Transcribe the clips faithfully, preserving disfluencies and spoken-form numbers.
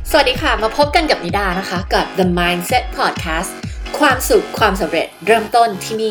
สวัสดีค่ะมาพบกันกับนิดานะคะกับ The Mindset Podcast ความสุขความสำเร็จเริ่มต้นที่นี่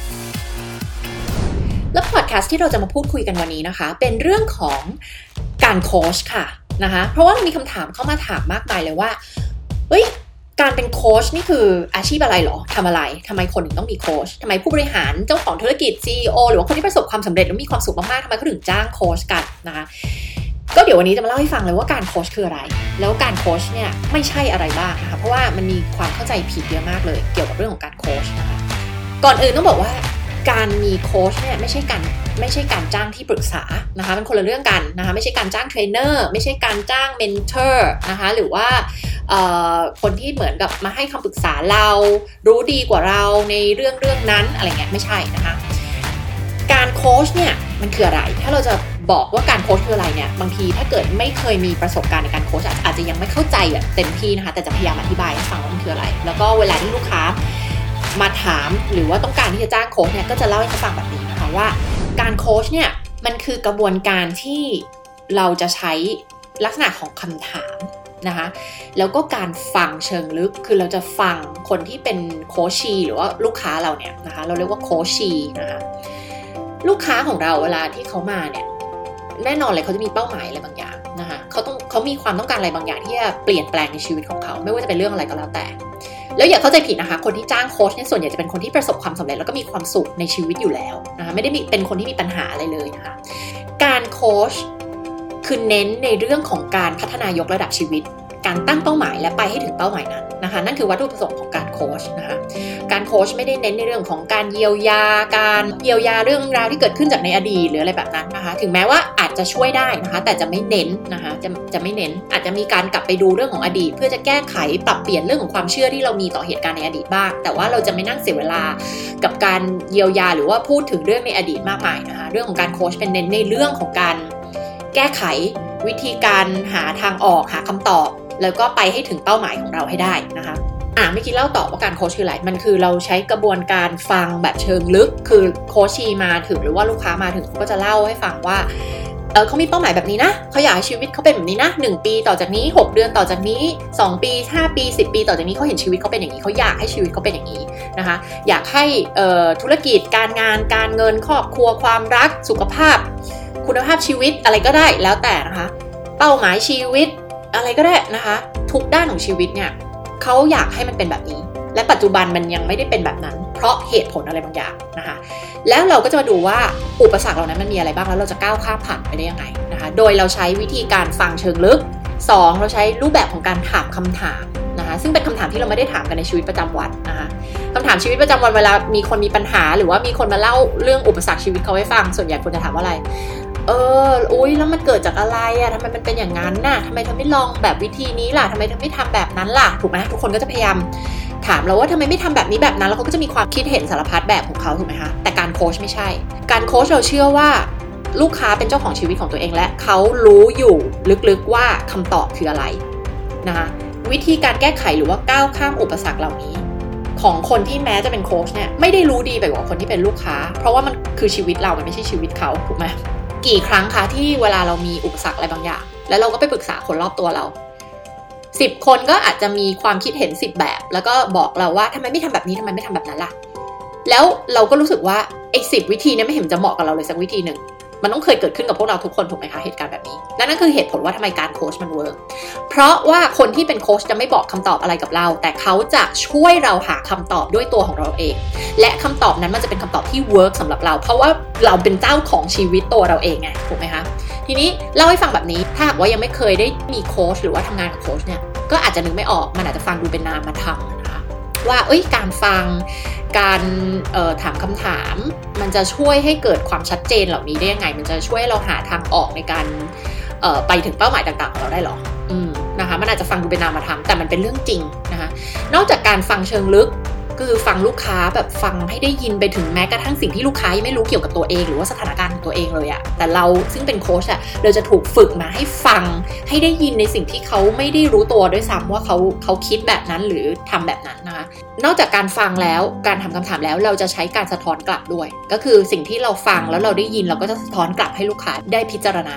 และพอดแคสต์ที่เราจะมาพูดคุยกันวันนี้นะคะเป็นเรื่องของการโค้ชค่ะนะคะเพราะว่ามีคำถามเข้ามาถามมากมายเลยว่าเฮ้ยการเป็นโค้ชนี่คืออาชีพอะไรหรอทำอะไรทำไมคนถึงต้องมีโค้ชทำไมผู้บริหารเจ้าของธุรกิจ ซี อี โอ หรือว่าคนที่ประสบความสำเร็จแล้วมีความสุขมากๆทำไมเขาถึงจ้างโค้ชกันนะคะก็เดี๋ยววันนี้จะมาเล่าให้ฟังเลยว่าการโค้ชคืออะไรแล้วการโค้ชเนี่ยไม่ใช่อะไรบ้างนะคะเพราะว่ามันมีความเข้าใจผิดเยอะมากเลยเกี่ยวกับเรื่องของการโค้ชนะคะก่อนอื่นต้องบอกว่าการมีโค้ชเนี่ยไม่ใช่การไม่ใช่การจ้างที่ปรึกษานะคะมันคนละเรื่องกันนะคะไม่ใช่การจ้างเทรนเนอร์ไม่ใช่การจ้างเมนเทอร์นะคะหรือว่าคนที่เหมือนกับมาให้คำปรึกษาเรารู้ดีกว่าเราในเรื่องเรื่องนั้นอะไรเงี้ยไม่ใช่นะคะการโค้ชเนี่ยมันคืออะไรถ้าเราจะบอกว่าการโค้ชคืออะไรเนี่ยบางทีถ้าเกิดไม่เคยมีประสบการณ์ในการโค้ชอาจจะยังไม่เข้าใจแบบเต็มที่นะคะแต่จะพยายามอธิบายให้ฟังว่ามันคืออะไรแล้วก็เวลาที่ลูกค้ามาถามหรือว่าต้องการที่จะจ้างโค้ชเนี่ยก็จะเล่าให้เขาฟังแบบนี้นะคะว่าการโค้ชเนี่ยมันคือกระบวนการที่เราจะใช้ลักษณะของคำถามนะคะแล้วก็การฟังเชิงลึกคือเราจะฟังคนที่เป็นโค้ชชีหรือว่าลูกค้าเราเนี่ยนะคะเราเรียกว่าโค้ชชีนะคะลูกค้าของเราเวลาที่เขามาเนี่ยแน่นอนเลยเขาจะมีเป้าหมายอะไรบางอย่างนะคะเขาต้องเขามีความต้องการอะไรบางอย่างที่จะเปลี่ยนแปลงในชีวิตของเขาไม่ว่าจะเป็นเรื่องอะไรก็แล้วแต่แล้วอย่าเข้าใจผิดนะคะคนที่จ้างโค้ชเนี่ยส่วนใหญ่จะเป็นคนที่ประสบความสำเร็จแล้วก็มีความสุขในชีวิตอยู่แล้วนะคะไม่ได้เป็นคนที่มีปัญหาอะไรเลยนะคะการโค้ชคือเน้นในเรื่องของการพัฒนายกระดับชีวิตการตั้งเป้าหมายและไปให้ถึงเป้าหมายนั้นนะคะนั่นคือวัตถุประสงค์ของการโค้ชนะคะการโค้ชไม่ได้เน้นในเรื่องของการเยียวยาการเยียวยาเรื่องราวที่เกิดขึ้นจากในอดีตหรืออะไรแบบนั้นนะคะถึงแม้ว่าอาจจะช่วยได้นะคะแต่จะไม่เน้นนะคะจะจะไม่เน้นอาจจะมีการกลับไปดูเรื่องของอดีตเพื่อจะแก้ไขปรับเปลี่ยนเรื่องของความเชื่อที่เรามีต่อเหตุการณ์ในอดีตบ้างแต่ว่าเราจะไม่นั่งเสียเวลากับการเยียวยาหรือว่าพูดถึงเรื่องในอดีตมากมายนะคะเรื่องของการโค้ชเป็นเน้นในเรื่องของการแก้ไขวิธีการหาทางออกหาคำตอบแล้วก็ไปให้ถึงเป้าหมายของเราให้ได้นะคะอ่ะไม่คิดเล่าต่อว่าการโค้ชคืออะไรมันคือเราใช้กระบวนการฟังแบบเชิงลึกคือโค้ชชีมาถึงหรือว่าลูกค้ามาถึงก็จะเล่าให้ฟังว่าเออเขามีเป้าหมายแบบนี้นะเขาอยากให้ชีวิตเขาเป็นแบบนี้นะหนึ่งปีต่อจากนี้หกเดือนต่อจากนี้สองปีห้าปีสิบปีต่อจากนี้เขาเห็นชีวิตเขาเป็นอย่างนี้เขาอยากให้ชีวิตเขาเป็นอย่างนี้นะคะอยากให้เอ่อธุรกิจการงานการเงินครอบครัวความรักสุขภาพคุณภาพชีวิตอะไรก็ได้แล้วแต่นะคะเป้าหมายชีวิตอะไรก็ได้นะคะทุกด้านของชีวิตเนี่ยเขาอยากให้มันเป็นแบบนี้และปัจจุบันมันยังไม่ได้เป็นแบบนั้นเพราะเหตุผลอะไรบางอย่างนะคะแล้วเราก็จะมาดูว่าอุปสรรคเหล่านั้นมันมีอะไรบ้างแล้วเราจะก้าวข้ามผ่านไปได้ยังไงนะคะโดยเราใช้วิธีการฟังเชิงลึกสองเราใช้รูปแบบของการถามคำถามนะคะซึ่งเป็นคำถามที่เราไม่ได้ถามกันในชีวิตประจำวันนะคะคำถามชีวิตประจำวันเวลามีคนมีปัญหาหรือว่ามีคนมาเล่าเรื่องอุปสรรคชีวิตเขาให้ฟังส่วนใหญ่คนจะถามว่าอะไรเอออุ๊ยแล้วมันเกิดจากอะไรอะทำไมมันเป็นอย่างนั้นน่ะทำไมเธอไม่ลองแบบวิธีนี้ล่ะทำไมเธอไม่ทำแบบนั้นล่ะถูกไหมทุกคนก็จะพยายามถามเราว่าทำไมไม่ทำแบบนี้แบบนั้นแล้วเขาก็จะมีความคิดเห็นสารพัดแบบของเขาถูกไหมคะแต่การโค้ชไม่ใช่การโค้ชเราเชื่อว่าลูกค้าเป็นเจ้าของชีวิตของตัวเองและเขารู้อยู่ลึกๆว่าคำตอบคืออะไรนะคะวิธีการแก้ไขหรือว่าก้าวข้ามอุปสรรคเหล่านี้ของคนที่แม้จะเป็นโค้ชเนี่ยไม่ได้รู้ดีไปกว่าคนที่เป็นลูกค้าเพราะว่ามันคือชีวิตเรามันไม่ใช่ชีวิตเขาถูกไหมกี่ครั้งคะที่เวลาเรามีอุปสรรคอะไรบางอย่างแล้วเราก็ไปปรึกษาคนรอบตัวเราสิบคนก็อาจจะมีความคิดเห็นสิบแบบแล้วก็บอกเราว่าทำไมไม่ทำแบบนี้ทำไมไม่ทำแบบนั้นล่ะแล้วเราก็รู้สึกว่าไอ้สิบวิธีนี้ไม่เห็นจะเหมาะกับเราเลยสักวิธีหนึ่งมันต้องเคยเกิดขึ้นกับพวกเราทุกคนถูกไหมคะเหตุการณ์แบบนี้และนั่นคือเหตุผลว่าทำไมการโค้ชมันเวิร์กเพราะว่าคนที่เป็นโค้ชจะไม่บอกคำตอบอะไรกับเราแต่เขาจะช่วยเราหาคำตอบด้วยตัวของเราเองและคำตอบนั้นมันจะเป็นคำตอบที่เวิร์กสำหรับเราเพราะว่าเราเป็นเจ้าของชีวิตตัวเราเองไงถูกไหมคะทีนี้เล่าให้ฟังแบบนี้ถ้าหากว่ายังไม่เคยได้มีโค้ชหรือว่าทำงานกับโค้ชเนี่ยก็อาจจะนึกไม่ออกมันอาจจะฟังดูเป็นนามธรรมนะคะว่าเอ้ยการฟังการเอ่อถามคำถามมันจะช่วยให้เกิดความชัดเจนเหล่านี้ได้ยังไงมันจะช่วยเราหาทางออกในการเอ่อไปถึงเป้าหมายต่างๆของเราได้หรออืมนะคะมันอาจจะฟังดูเป็นนามธรรมแต่มันเป็นเรื่องจริงนะคะนอกจากการฟังเชิงลึกคือฟังลูกค้าแบบฟังให้ได้ยินไปถึงแม้กระทั่งสิ่งที่ลูกค้ายังไม่รู้เกี่ยวกับตัวเองหรือว่าสถานการณ์ของตัวเองเลยอะแต่เราซึ่งเป็นโค้ชอะเราจะถูกฝึกมาให้ฟังให้ได้ยินในสิ่งที่เขาไม่ได้รู้ตัวด้วยซ้ำว่าเขาเขาคิดแบบนั้นหรือทำแบบนั้นนะคะนอกจากการฟังแล้วการทำคำถามแล้วเราจะใช้การสะท้อนกลับด้วยก็คือสิ่งที่เราฟังแล้วเราได้ยินเราก็จะสะท้อนกลับให้ลูกค้าได้พิจารณา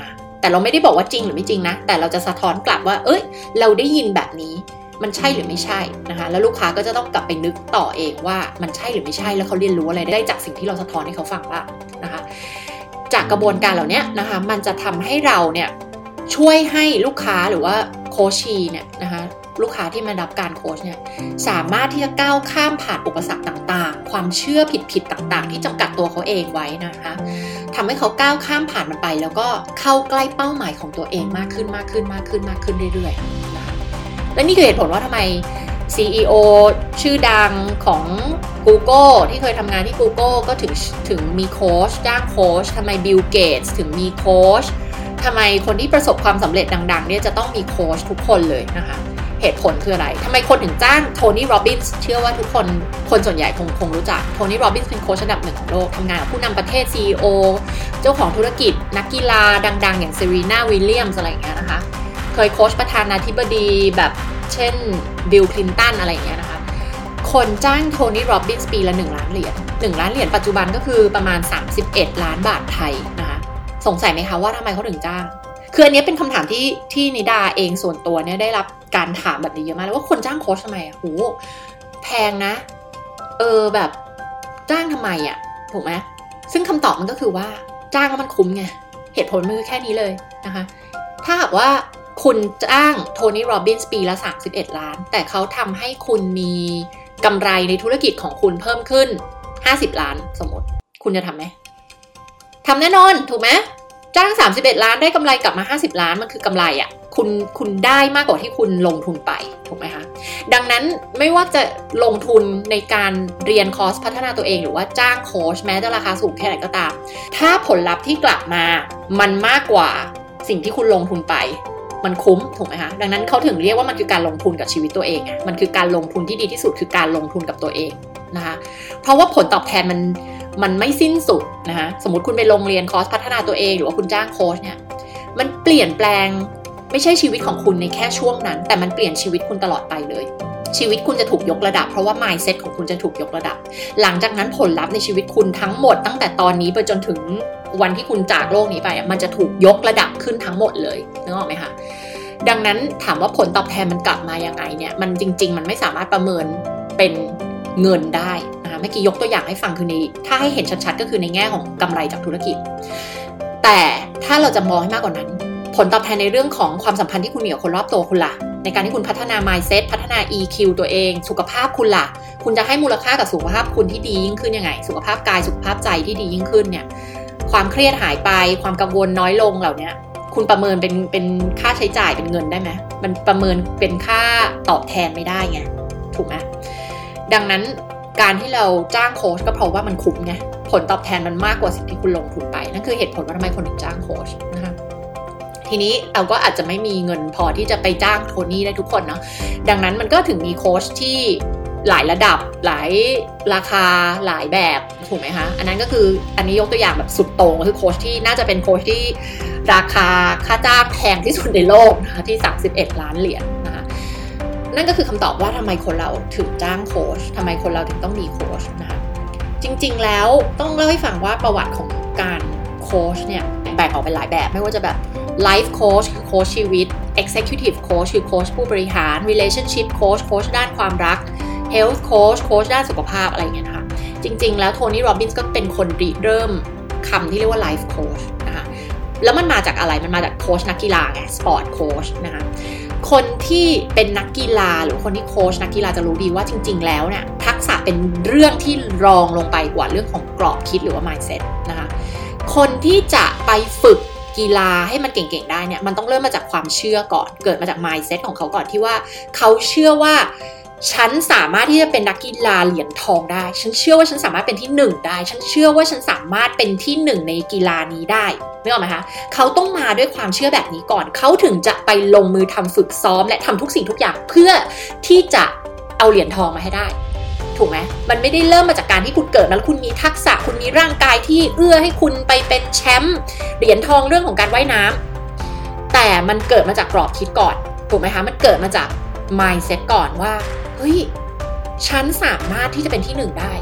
แต่เราไม่ได้บอกว่าจริงหรือไม่จริงนะแต่เราจะสะท้อนกลับว่าเอ้ยเราได้ยินแบบนี้มันใช่หรือไม่ใช่นะคะแล้วลูกค้าก็จะต้องกลับไปนึกต่อเองว่ามันใช่หรือไม่ใช่แล้วเขาเรียนรู้อะไรได้จากสิ่งที่เราสะท้อนให้เขาฟังบ้างนะคะจากกระบวนการเหล่านี้นะคะมันจะทำให้เราเนี่ยช่วยให้ลูกค้าหรือว่าโค้ชเนี่ยนะคะลูกค้าที่มารับการโค้ชเนี่ยสามารถที่จะก้าวข้ามผ่านอุปสรรคต่างๆความเชื่อผิดๆต่างๆที่จำกัดตัวเขาเองไว้นะคะทำให้เขาก้าวข้ามผ่านมันไปแล้วก็เข้าใกล้เป้าหมายของตัวเองมากขึ้นมากขึ้นมากขึ้นมากขึ้นเรื่อยๆนะคะและนี่คือเหตุผลว่าทำไม ซี อี โอ ชื่อดังของ Google ที่เคยทำงานที่ Google ก็ถึงถึงมีโค้ชจ้างโค้ชทำไม Bill Gates ถึงมีโค้ชทำไมคนที่ประสบความสำเร็จดังๆเนี่ยจะต้องมีโค้ชทุกคนเลยนะคะเหตุผลคืออะไรทำไมคนถึงจ้างโทนี่โรบินส์เชื่อว่าทุกคนคนส่วนใหญ่คงคงรู้จักโทนี่โรบินส์เป็นโค้ชระดับหนึ่งของโลกทำงานกับผู้นำประเทศ ซี อี โอ เจ้าของธุรกิจนักกีฬาดังๆอย่างเซรีนาวิลเลียมส์อะไรอย่างเงี้ยนะคะเคยโค้ชประธานาธิบดีแบบเช่นบิลคลินตันอะไรอย่างเงี้ยนะคะคนจ้างโทนี่โรบินส์ปีละหนึ่งล้านเหรียญหนึ่งล้านเหรียญปัจจุบันก็คือประมาณสามสิบเอ็ดล้านบาทไทยนะคะสงสัยไหมคะว่าทำไมเขาถึงจ้างคืออันนี้เป็นคำถามที่ที่นิดาเองส่วนตัวเนี่ยได้รับการถามแบบนี้เยอะมากแล้วว่าคนจ้างโค้ชทำไมอ่ะโหแพงนะเออแบบจ้างทำไมอ่ะถูกไหมซึ่งคำตอบมันก็คือว่าจ้างแล้วมันคุ้มไงเหตุผลมันคือแค่นี้เลยนะคะถ้าหากว่าคุณจ้างโทนี่โรบินส์ปีละสามสิบเอ็ดล้านแต่เขาทำให้คุณมีกำไรในธุรกิจของคุณเพิ่มขึ้นห้าสิบล้านสมมติคุณจะทำไหมทำแน่นอนถูกไหมจ้างสามสิบเอ็ดล้านได้กำไรกลับมาห้าสิบล้านมันคือกำไรอ่ะคุณคุณได้มากกว่าที่คุณลงทุนไปถูกไหมคะดังนั้นไม่ว่าจะลงทุนในการเรียนคอร์สพัฒนาตัวเองหรือว่าจ้างโค้ชแม้จะราคาสูงแค่ไหนก็ตามถ้าผลลัพธ์ที่กลับมามันมากกว่าสิ่งที่คุณลงทุนไปมันคุ้มถูกไหมคะดังนั้นเขาถึงเรียกว่ามันคือการลงทุนกับชีวิตตัวเองอ่ะมันคือการลงทุนที่ดีที่สุดคือการลงทุนกับตัวเองนะคะเพราะว่าผลตอบแทนมันมันไม่สิ้นสุดนะคะสมมติคุณไปลงเรียนคอร์สพัฒนาตัวเองหรือว่าคุณจ้างโค้ชเนี่ยมันเปลี่ยนแปลงไม่ใช่ชีวิตของคุณในแค่ช่วงนั้นแต่มันเปลี่ยนชีวิตคุณตลอดไปเลยชีวิตคุณจะถูกยกระดับเพราะว่า mindset ของคุณจะถูกยกระดับหลังจากนั้นผลลัพธ์ในชีวิตคุณทั้งหมดตั้งแต่ตอนนี้ไปจนถึงวันที่คุณจากโลกนี้ไปมันจะถูกยกระดับขึ้นทั้งหมดเลยนึกออกไหมคะดังนั้นถามว่าผลตอบแทนมันกลับมายังไงเนี่ยมันจริงๆมันไม่สามารถประเมินเป็นเงินได้นะคะเมื่อกี้ยกตัวอย่างให้ฟังคือในถ้าให้เห็นชัดๆก็คือในแง่ของกำไรจากธุรกิจแต่ถ้าเราจะมองให้มากกว่านั้นผลตอบแทนในเรื่องของความสัมพันธ์ที่คุณมีกับคนรอบตัวคุณล่ะในการที่คุณพัฒนา mindset พัฒนา อี คิว ตัวเองสุขภาพคุณล่ะคุณจะให้มูลค่ากับสุขภาพคุณที่ดียิ่งขึ้นยังไงสุขภาพกายสุขภาพใจที่ดียิ่งขึ้นเนี่ยความเครียดหายไปความกังวลน้อยลงเหล่านี้คุณประเมินเป็นเป็นค่าใช้จ่ายเป็นเงินได้ไหมมันประเมินเป็นค่าตอบแทนไม่ได้ไงถูกไหมดังนั้นการที่เราจ้างโค้ชก็เพราะว่ามันคุ้มไงผลตอบแทนมันมากกว่าสิ่งที่คุณลงทุนไปนั่นคือเหตุผลว่าทำไมคนถึงจ้างโค้ชนะคะทีนี้เราก็อาจจะไม่มีเงินพอที่จะไปจ้างโทนี่ได้ทุกคนเนาะดังนั้นมันก็ถึงมีโค้ชที่หลายระดับหลายราคาหลายแบบถูกไหมคะอันนั้นก็คืออันนี้ยกตัวอย่างแบบสุดโต่งคือโค้ชที่น่าจะเป็นโค้ชที่ราคาค่าจ้างแพงที่สุดในโลกนะคะที่สามสิบเอ็ดล้านเหรียญนะคะนั่นก็คือคำตอบว่าทำไมคนเราถึงจ้างโค้ชทำไมคนเราถึงต้องมีโค้ชนะคะจริงๆแล้วต้องเล่าให้ฟังว่าประวัติของการโค้ชเนี่ยแบ่งออกเป็นหลายแบบไม่ว่าจะแบบ life coach คือโค้ชชีวิต executive coach คือโค้ชผู้บริหาร relationship coach โค้ชด้านความรัก health coach โค้ชด้านสุขภาพอะไรอย่างเงี้ยนะคะจริงๆแล้วโทนี่โรบินส์ก็เป็นคนริเริ่มคำที่เรียกว่า life coach นะคะแล้วมันมาจากอะไรมันมาจากโค้ชนักกีฬาไง sport coach นะคะคนที่เป็นนักกีฬาหรือคนที่โค้ชนักกีฬาจะรู้ดีว่าจริงๆแล้วเนี่ยทักษะเป็นเรื่องที่รองลงไปกว่าเรื่องของกรอบคิดหรือว่า mindset นะคะคนที่จะไปฝึกกีฬาให้มันเก่งๆได้เนี่ยมันต้องเริ่มมาจากความเชื่อก่อนเกิดมาจาก mindset ของเขาก่อนที่ว่าเขาเชื่อว่าฉันสามารถที่จะเป็นนักกีฬาเหรียญทองได้ฉันเชื่อว่าฉันสามารถเป็นที่หนึ่งได้ฉันเชื่อว่าฉันสามารถเป็นที่หนึ่งในกีฬานี้ได้นึกออกไหมคะเขาต้องมาด้วยความเชื่อแบบนี้ก่อนเขาถึงจะไปลงมือทำฝึกซ้อมและทำทุกสิ่งทุกอย่างเพื่อที่จะเอาเหรียญทองมาให้ได้ถูกไหมมันไม่ได้เริ่มมาจากการที่คุณเกิดมาแล้วคุณมีทักษะคุณมีร่างกายที่เอื้อให้คุณไปเป็นแชมป์เหรียญทองเรื่องของการว่ายน้ำแต่มันเกิดมาจากกรอบคิดก่อนถูกไหมคะมันเกิดมาจาก mindset ก่อนว่าเฮ้ยฉันสามารถที่จะเป็นที่หนึ่งได้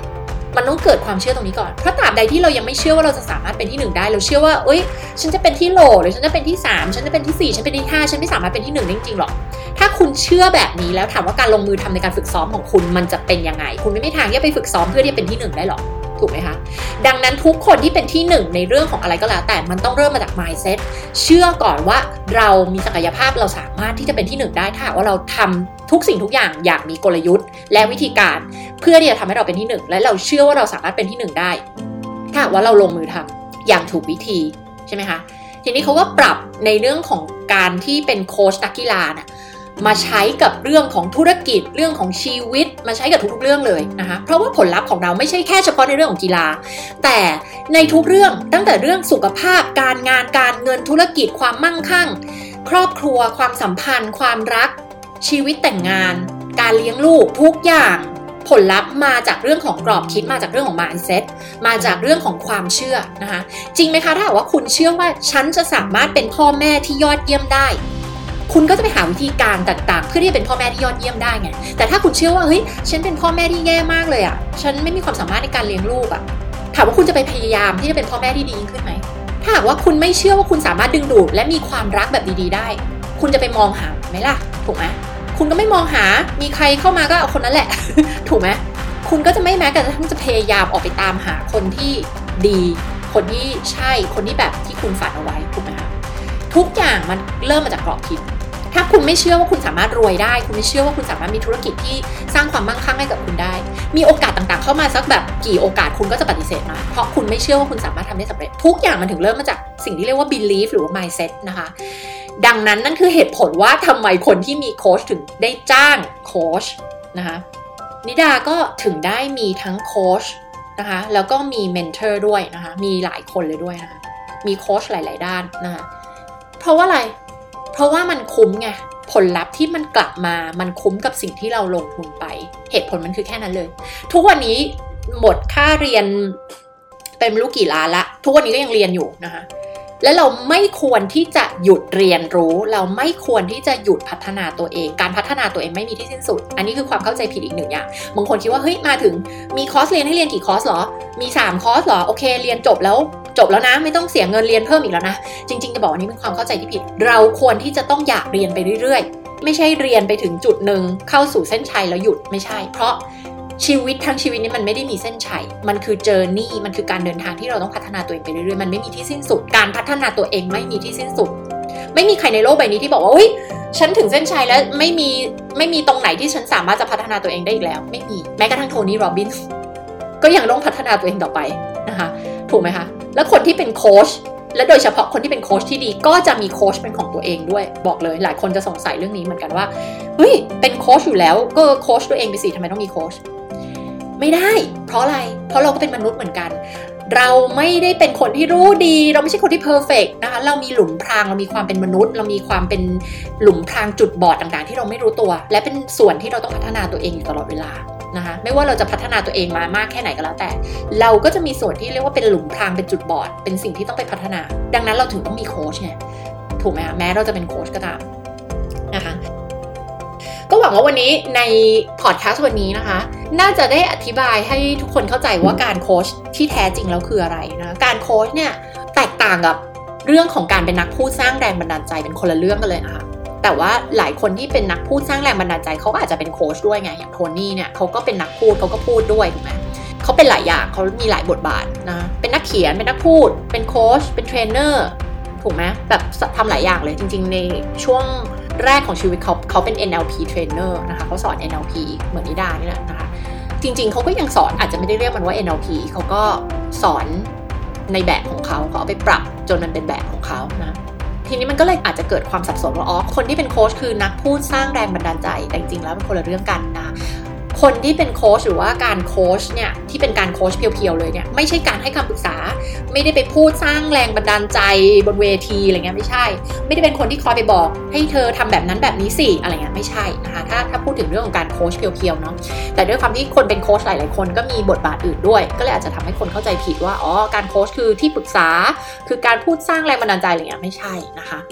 มันต้องเกิดความเชื่อตรงนี้ก่อนเพราะตราบใดที่เรายังไม่เชื่อว่าเราจะสามารถเป็นที่หนึ่งได้เราเชื่อว่าเอ้ยฉันจะเป็นที่โหลหรือฉันจะเป็นที่สามฉันจะเป็นที่สี่ฉันเป็นที่ห้าฉันไม่สามารถเป็นที่หนึ่งได้จริงๆหรอกถ้าคุณเชื่อแบบนี้แล้วถามว่าการลงมือทำในการฝึกซ้อมของคุณมันจะเป็นยังไงคุณไม่มีทางที่จะไปฝึกซ้อมเพื่อที่จะเป็นที่หนึ่งได้หรอกถูกไหมคะดังนั้นทุกคนที่เป็นที่หนึ่งในเรื่องของอะไรก็แล้วแต่มันต้องเริ่มมาจาก mindset เชื่อก่อนว่าเรามีศักยภาพเราสามารถที่จะเป็นที่หนึ่งได้ถ้าว่าเราทำทุกสิ่งทุกอย่างอย่างมีกลยุทธ์และวิธีการเพื่อที่จะทำให้เราเป็นที่หนึ่งและเราเชื่อว่าเราสามารถเป็นที่หนึ่งได้ถ้าว่าเราลงมือทำอย่างถูกวิธีใช่ไหมคะทีนี้เขาก็ปรับในเรื่องของการที่เป็นโค้ชนักกีฬาเนี่ยมาใช้กับเรื่องของธุรกิจเรื่องของชีวิตมาใช้กับทุกๆเรื่องเลยนะคะเพราะว่าผลลัพธ์ของเราไม่ใช่แค่เฉพาะในเรื่องของกีฬาแต่ในทุกเรื่องตั้งแต่เรื่องสุขภาพการงานการเงินธุรกิจความมั่งคั่งครอบครัวความสัมพันธ์ความรักชีวิตแต่งงานการเลี้ยงลูกทุกอย่างผลลัพธ์มาจากเรื่องของกรอบคิดมาจากเรื่องของ mindset มาจากเรื่องของความเชื่อนะคะจริงไหมคะถ้าหากว่าคุณเชื่อว่าฉันจะสามารถเป็นพ่อแม่ที่ยอดเยี่ยมได้คุณก็จะไปหาวิธีการต่างๆเพื่อที่จะเป็นพ่อแม่ที่ยอดเยี่ยมได้ไงแต่ถ้าคุณเชื่อว่าเฮ้ยฉันเป็นพ่อแม่ที่แย่มากเลยอ่ะฉันไม่มีความสามารถในการเลี้ยงลูกอ่ะถามว่าคุณจะไปพยายามที่จะเป็นพ่อแม่ที่ดียิ่งขึ้นไหมถ้าหากว่าคุณไม่เชื่อว่าคุณสามารถดึงดูดและมีความรักแบบดีๆได้คุณจะไปมองหาไหมล่ะถูกไหมคุณก็ไม่มองหามีใครเข้ามาก็เอาคนนั้นแหละ ถูกไหมคุณก็จะไม่แม้กระทั่งจะพยายามออกไปตามหาคนที่ดีคนที่ใช่คนที่แบบที่คุณฝันเอาไว้ถูกไหมคะทุกอย่างมันเริ่มมาจากกรอบคิดถ้าคุณไม่เชื่อว่าคุณสามารถรวยได้คุณไม่เชื่อว่าคุณสามารถมีธุรกิจที่สร้างความมั่งคั่งให้กับคุณได้มีโอกาสต่างๆเข้ามาสักแบบกี่โอกาสคุณก็จะปฏิเสธมาเพราะคุณไม่เชื่อว่าคุณสามารถทำได้สำเร็จทุกอย่างมันถึงเริ่มมาจากสิ่งที่เรียกว่า belief หรือว่า mindset นะคะดังนั้นนั่นคือเหตุผลว่าทำไมคนที่มีโค้ชถึงได้จ้างโค้ชนะคะนิดาก็ถึงได้มีทั้งโค้ชนะคะแล้วก็มีเมนเทอร์ด้วยนะคะมีหลายคนเลยด้วยนะคะมีโค้ชหลายๆด้านนะคะเพราะว่าอะไรเพราะว่ามันคุ้มไงผลลัพธ์ที่มันกลับมามันคุ้มกับสิ่งที่เราลงทุนไปเหตุผลมันคือแค่นั้นเลยทุกวันนี้หมดค่าเรียนเป็นไม่รู้กี่ล้านละทุกวันนี้ก็ยังเรียนอยู่นะคะและเราไม่ควรที่จะหยุดเรียนรู้เราไม่ควรที่จะหยุดพัฒนาตัวเองการพัฒนาตัวเองไม่มีที่สิ้นสุดอันนี้คือความเข้าใจผิดอีกหนึ่งอย่างบางคนคิดว่าเฮ้ยมาถึงมีคอร์สเรียนให้เรียนกี่คอร์สหรอมีสามคอร์สหรอโอเคเรียนจบแล้วจบแล้วนะไม่ต้องเสียเงินเรียนเพิ่มอีกแล้วนะจริงๆจะบอกว่านี้เป็นความเข้าใจที่ผิดเราควรที่จะต้องอยากเรียนไปเรื่อยๆไม่ใช่เรียนไปถึงจุดหนึ่งเข้าสู่เส้นชัยแล้วหยุดไม่ใช่เพราะชีวิตทั้งชีวิตนี้มันไม่ได้มีเส้นชัยมันคือเจอร์นี่มันคือการเดินทางที่เราต้องพัฒนาตัวเองไปเรื่อยๆมันไม่มีที่สิ้นสุดการพัฒนาตัวเองไม่มีที่สิ้นสุดไม่มีใครในโลกใบนี้ที่บอกว่าเฮ้ยฉันถึงเส้นชัยแล้วไม่มีไม่มีตรงไหนที่ฉันสามารถจะพัฒนาตัวเองได้อีกแล้วไม่มีแม้กระทั่งโทนี่โรบินส์ก็ยังต้องพัฒนาตัวเองต่อไปนะคะถูกไหมคะแล้วคนที่เป็นโค้ชและโดยเฉพาะคนที่เป็นโค้ชที่ดีก็จะมีโค้ชเป็นของตัวเองด้วยบอกเลยหลายคนจะสงสัยเรื่องนี้เหมือนกันว่าเฮ้ยเป็นโค้ชอยู่แล้วก็โค้ชตัวเองไปสิทำไมต้องมีโค้ชไม่ได้เพราะอะไรเพราะเราก็เป็นมนุษย์เหมือนกันเราไม่ได้เป็นคนที่รู้ดีเราไม่ใช่คนที่เพอร์เฟกต์นะคะเรามีหลุมพรางเรามีความเป็นมนุษย์เรามีความเป็นหลุมพรางจุดบอดต่างๆที่เราไม่รู้ตัวและเป็นส่วนที่เราต้องพัฒนาตัวเองอยู่ตลอดเวลานะคะไม่ว่าเราจะพัฒนาตัวเองมามากแค่ไหนก็แล้วแต่เราก็จะมีส่วนที่เรียกว่าเป็นหลุมพรางเป็นจุดบอดเป็นสิ่งที่ต้องไปพัฒนาดังนั้นเราถึงต้องมีโค้ชไงถูกไหมคะแม้เราจะเป็นโค้ชก็ตามนะคะก็หวังว่าวันนี้ในพอดแคสต์วันนี้นะคะน่าจะได้อธิบายให้ทุกคนเข้าใจว่าการโค้ชที่แท้จริงแล้วคืออะไรนะการโค้ชเนี่ยแตกต่างกับเรื่องของการเป็นนักพูดสร้างแรงบันดาลใจเป็นคนละเรื่องกันเลยนะคะแต่ว่าหลายคนที่เป็นนักพูดสร้างแรงบันดาลใจเขาก็อาจจะเป็นโค้ชด้วยไงอย่างโทนี่เนี่ยเขาก็เป็นนักพูดเขาก็พูดด้วยถูกไหมเขาเป็นหลายอย่างเขามีหลายบทบาทนะเป็นนักเขียนเป็นนักพูดเป็นโค้ชเป็นเทรนเนอร์ถูกไหมแบบทำหลายอย่างเลยจริงๆในช่วงแรกของชีวิตเขาเขาเป็น เอ็น แอล พี trainer นะคะเขาสอน เอ็น แอล พี เหมือนนิดานี่แหละนะคะจริงๆเขาก็ยังสอนอาจจะไม่ได้เรียกมันว่า เอ็น แอล พี เขาก็สอนในแบบของเขาเขาเอาไปปรับจนมันเป็นแบบของเขานะทีนี้มันก็เลยอาจจะเกิดความสับสนว่าอ๋อคนที่เป็นโค้ชคือนักพูดสร้างแรงบันดาลใจแต่จริงๆแล้วเป็นคนละเรื่องกันนะคนที่เป็นโค้ชหรือว่าการโค้ชเนี่ยที่เป็นการโค้ชเพียวๆเลยเนี่ยไม่ใช่การให้คำปรึกษาไม่ได้ไปพูดสร้างแรงบันดาลใจบนเวทีอะไรเงี้ยไม่ใช่ไม่ได้เป็นคนที่คอยไปบอกให้เธอทำแบบนั้นแบบนี้สิอะไรเงี้ยไม่ใช่นะคะถ้าถ้าพูดถึงเรื่องของการโค้ชเพียวๆเนาะแต่ด้วยความที่คนเป็นโค้ชหลายๆคนก็มีบทบาทอื่นด้วยก็เลยอาจจะทำให้คนเข้าใจผิดว่าอ๋อการโค้ชคือที่ปรึกษาคือการพูดสร้างแรงบันดาลใจอะไรเงี้ยไม่ใช่นะคะ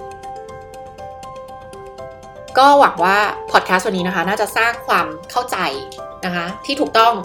ก็หวังว่าพอดแคสต์วันนี้นะคะน่าจะสร้างความเข้าใจนะคะที่ถูกต้อง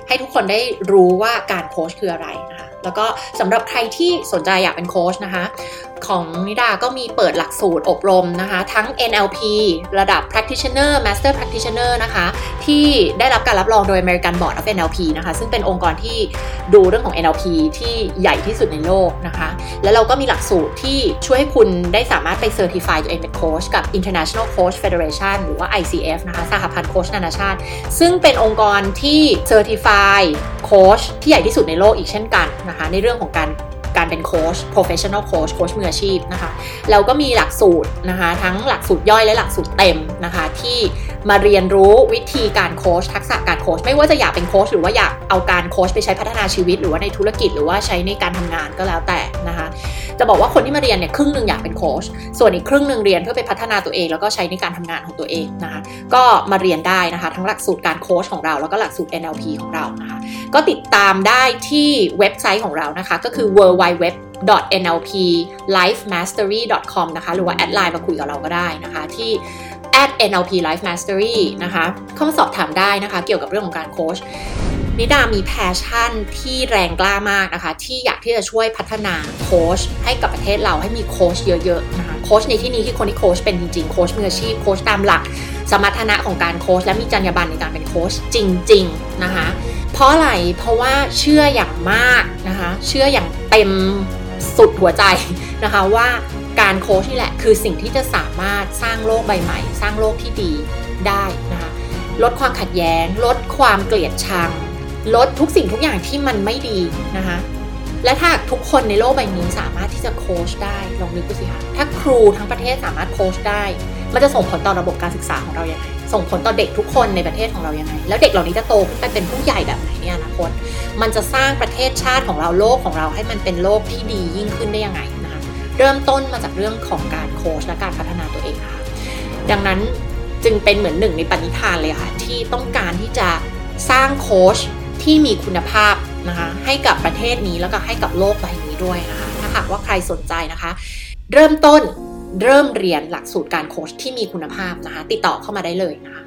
ให้ทุกคนได้รู้ว่าการโค้ชคืออะไรนะคะแล้วก็สำหรับใครที่สนใจอยากเป็นโค้ชนะคะของนิดาก็มีเปิดหลักสูตรอบรมนะคะทั้ง เอ็น แอล พี ระดับ practitioner master practitioner นะคะที่ได้รับการรับรองโดย American Board of เอ็น แอล พี นะคะซึ่งเป็นองค์กรที่ดูเรื่องของ เอ็น แอล พี ที่ใหญ่ที่สุดในโลกนะคะแล้วเราก็มีหลักสูตรที่ช่วยให้คุณได้สามารถไป certify ตัวเองเป็นโค้ชกับ International Coach Federation หรือว่า ไอ ซี เอฟ นะคะสหพันธ์โค้ชนานาชาติซึ่งเป็นองค์กรที่ certify โค้ชที่ใหญ่ที่สุดในโลกอีกเช่นกันนะคะในเรื่องของการการเป็นโค้ช professional coach โค้ชมืออาชีพนะคะแล้วก็มีหลักสูตรนะคะทั้งหลักสูตรย่อยและหลักสูตรเต็มนะคะที่มาเรียนรู้วิธีการโค้ชทักษะการโค้ชไม่ว่าจะอยากเป็นโค้ชหรือว่าอยากเอาการโค้ชไปใช้พัฒนาชีวิตหรือว่าในธุรกิจหรือว่าใช้ในการทำงานก็แล้วแต่นะคะจะบอกว่าคนที่มาเรียนเนี่ยครึ่งนึงอยากเป็นโค้ชส่วนอีกครึ่งนึงเรียนเพื่อไปพัฒนาตัวเองแล้วก็ใช้ในการทำงานของตัวเองนะคะก็มาเรียนได้นะคะทั้งหลักสูตรการโค้ชของเราแล้วก็หลักสูตร เอ็น แอล พี ของเรานะคะก็ติดตามได้ที่เว็บไซต์ของเรานะคะก็คือ ดับเบิลยู ดับเบิลยู ดับเบิลยู ดอท เอ็น แอล พี ไลฟ์ มาสเตอรี่ ดอท คอม นะคะหรือว่าแอดไลน์มาคุยกับเราก็ได้นะคะที่ แอท เอ็น แอล พี ไลฟ์ มาสเตอรี่ นะคะเข้ามาสอบถามได้นะคะเกี่ยวกับเรื่องของการโค้ชนิดามีแพชชั่นที่แรงกล้ามากนะคะที่อยากที่จะช่วยพัฒนาโค้ชให้กับประเทศเราให้มีโค้ชเยอะๆนะคะโค้ชในที่นี้คือคนที่โค้ชเป็นจริงๆโค้ชมืออาชีพโค้ชตามหลักสมรรถนะของการโค้ชและมีจรรยาบรรณในการเป็นโค้ชจริงๆนะคะเพราะอะไรเพราะว่าเชื่ออย่างมากนะคะเชื่ออย่างเต็มสุดหัวใจนะคะว่าการโค้ชนี่แหละคือสิ่งที่จะสามารถสร้างโลกใบใหม่สร้างโลกที่ดีได้นะคะลดความขัดแย้งลดความเกลียดชังลดทุกสิ่งทุกอย่างที่มันไม่ดีนะคะและถ้าทุกคนในโลกใบนี้สามารถที่จะโค้ชได้ลองนึกดูสิคะถ้าครูทั้งประเทศสามารถโค้ชได้มันจะส่งผลต่อระบบการศึกษาของเราอย่างไรส่งผลต่อเด็กทุกคนในประเทศของเราอย่างไรแล้วเด็กเหล่านี้จะโตขึ้นไปเป็นผู้ใหญ่แบบไหนเนี่ยนะคนมันจะสร้างประเทศชาติของเราโลกของเราให้มันเป็นโลกที่ดียิ่งขึ้นได้ยังไงนะคะเริ่มต้นมาจากเรื่องของการโค้ชและการพัฒนาตัวเองค่ะดังนั้นจึงเป็นเหมือนหนึ่งในปณิธานเลยค่ะที่ต้องการที่จะสร้างโค้ชที่มีคุณภาพนะคะให้กับประเทศนี้แล้วก็ให้กับโลกใบนี้ด้วยนะคะถ้าหากว่าใครสนใจนะคะเริ่มต้นเริ่มเรียนหลักสูตรการโค้ชที่มีคุณภาพนะคะติดต่อเข้ามาได้เลยนะคะ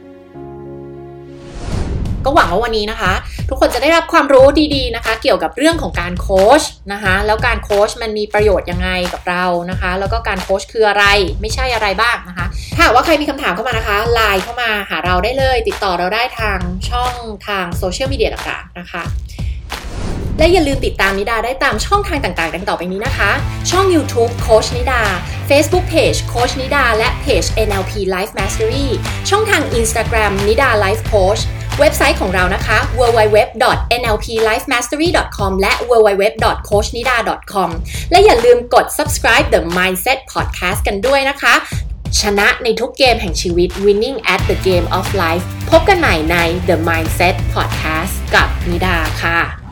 ก็หวังว่าวันนี้นะคะทุกคนจะได้รับความรู้ดีๆนะคะเกี่ยวกับเรื่องของการโค้ชนะคะแล้วการโค้ชมันมีประโยชน์ยังไงกับเรานะคะแล้วก็การโค้ชคืออะไรไม่ใช่อะไรบ้างนะคะถ้าว่าใครมีคำถามเข้ามานะคะไลน์เข้ามาหาเราได้เลยติดต่อเราได้ทางช่องทางโซเชียลมีเดียต่างๆนะคะและอย่าลืมติดตามนิดาได้ตามช่องทางต่างๆดังต่อไปนี้นะคะช่อง YouTube โค้ชนิดา Facebook Page โค้ชนิดาและเพจ เอ็น แอล พี Life Mastery ช่องทาง Instagram นิดา Life Coach เว็บไซต์ของเรานะคะ ดับเบิลยู ดับเบิลยู ดับเบิลยู ดอท เอ็น แอล พี ไลฟ์ มาสเตอรี่ ดอท คอม และ ดับเบิลยู ดับเบิลยู ดับเบิลยู ดอท โค้ชนิดา ดอท คอม และอย่าลืมกด subscribe the mindset podcast กันด้วยนะคะชนะในทุกเกมแห่งชีวิต winning at the game of life พบกันใหม่ใน the mindset podcast กับนิดาค่ะ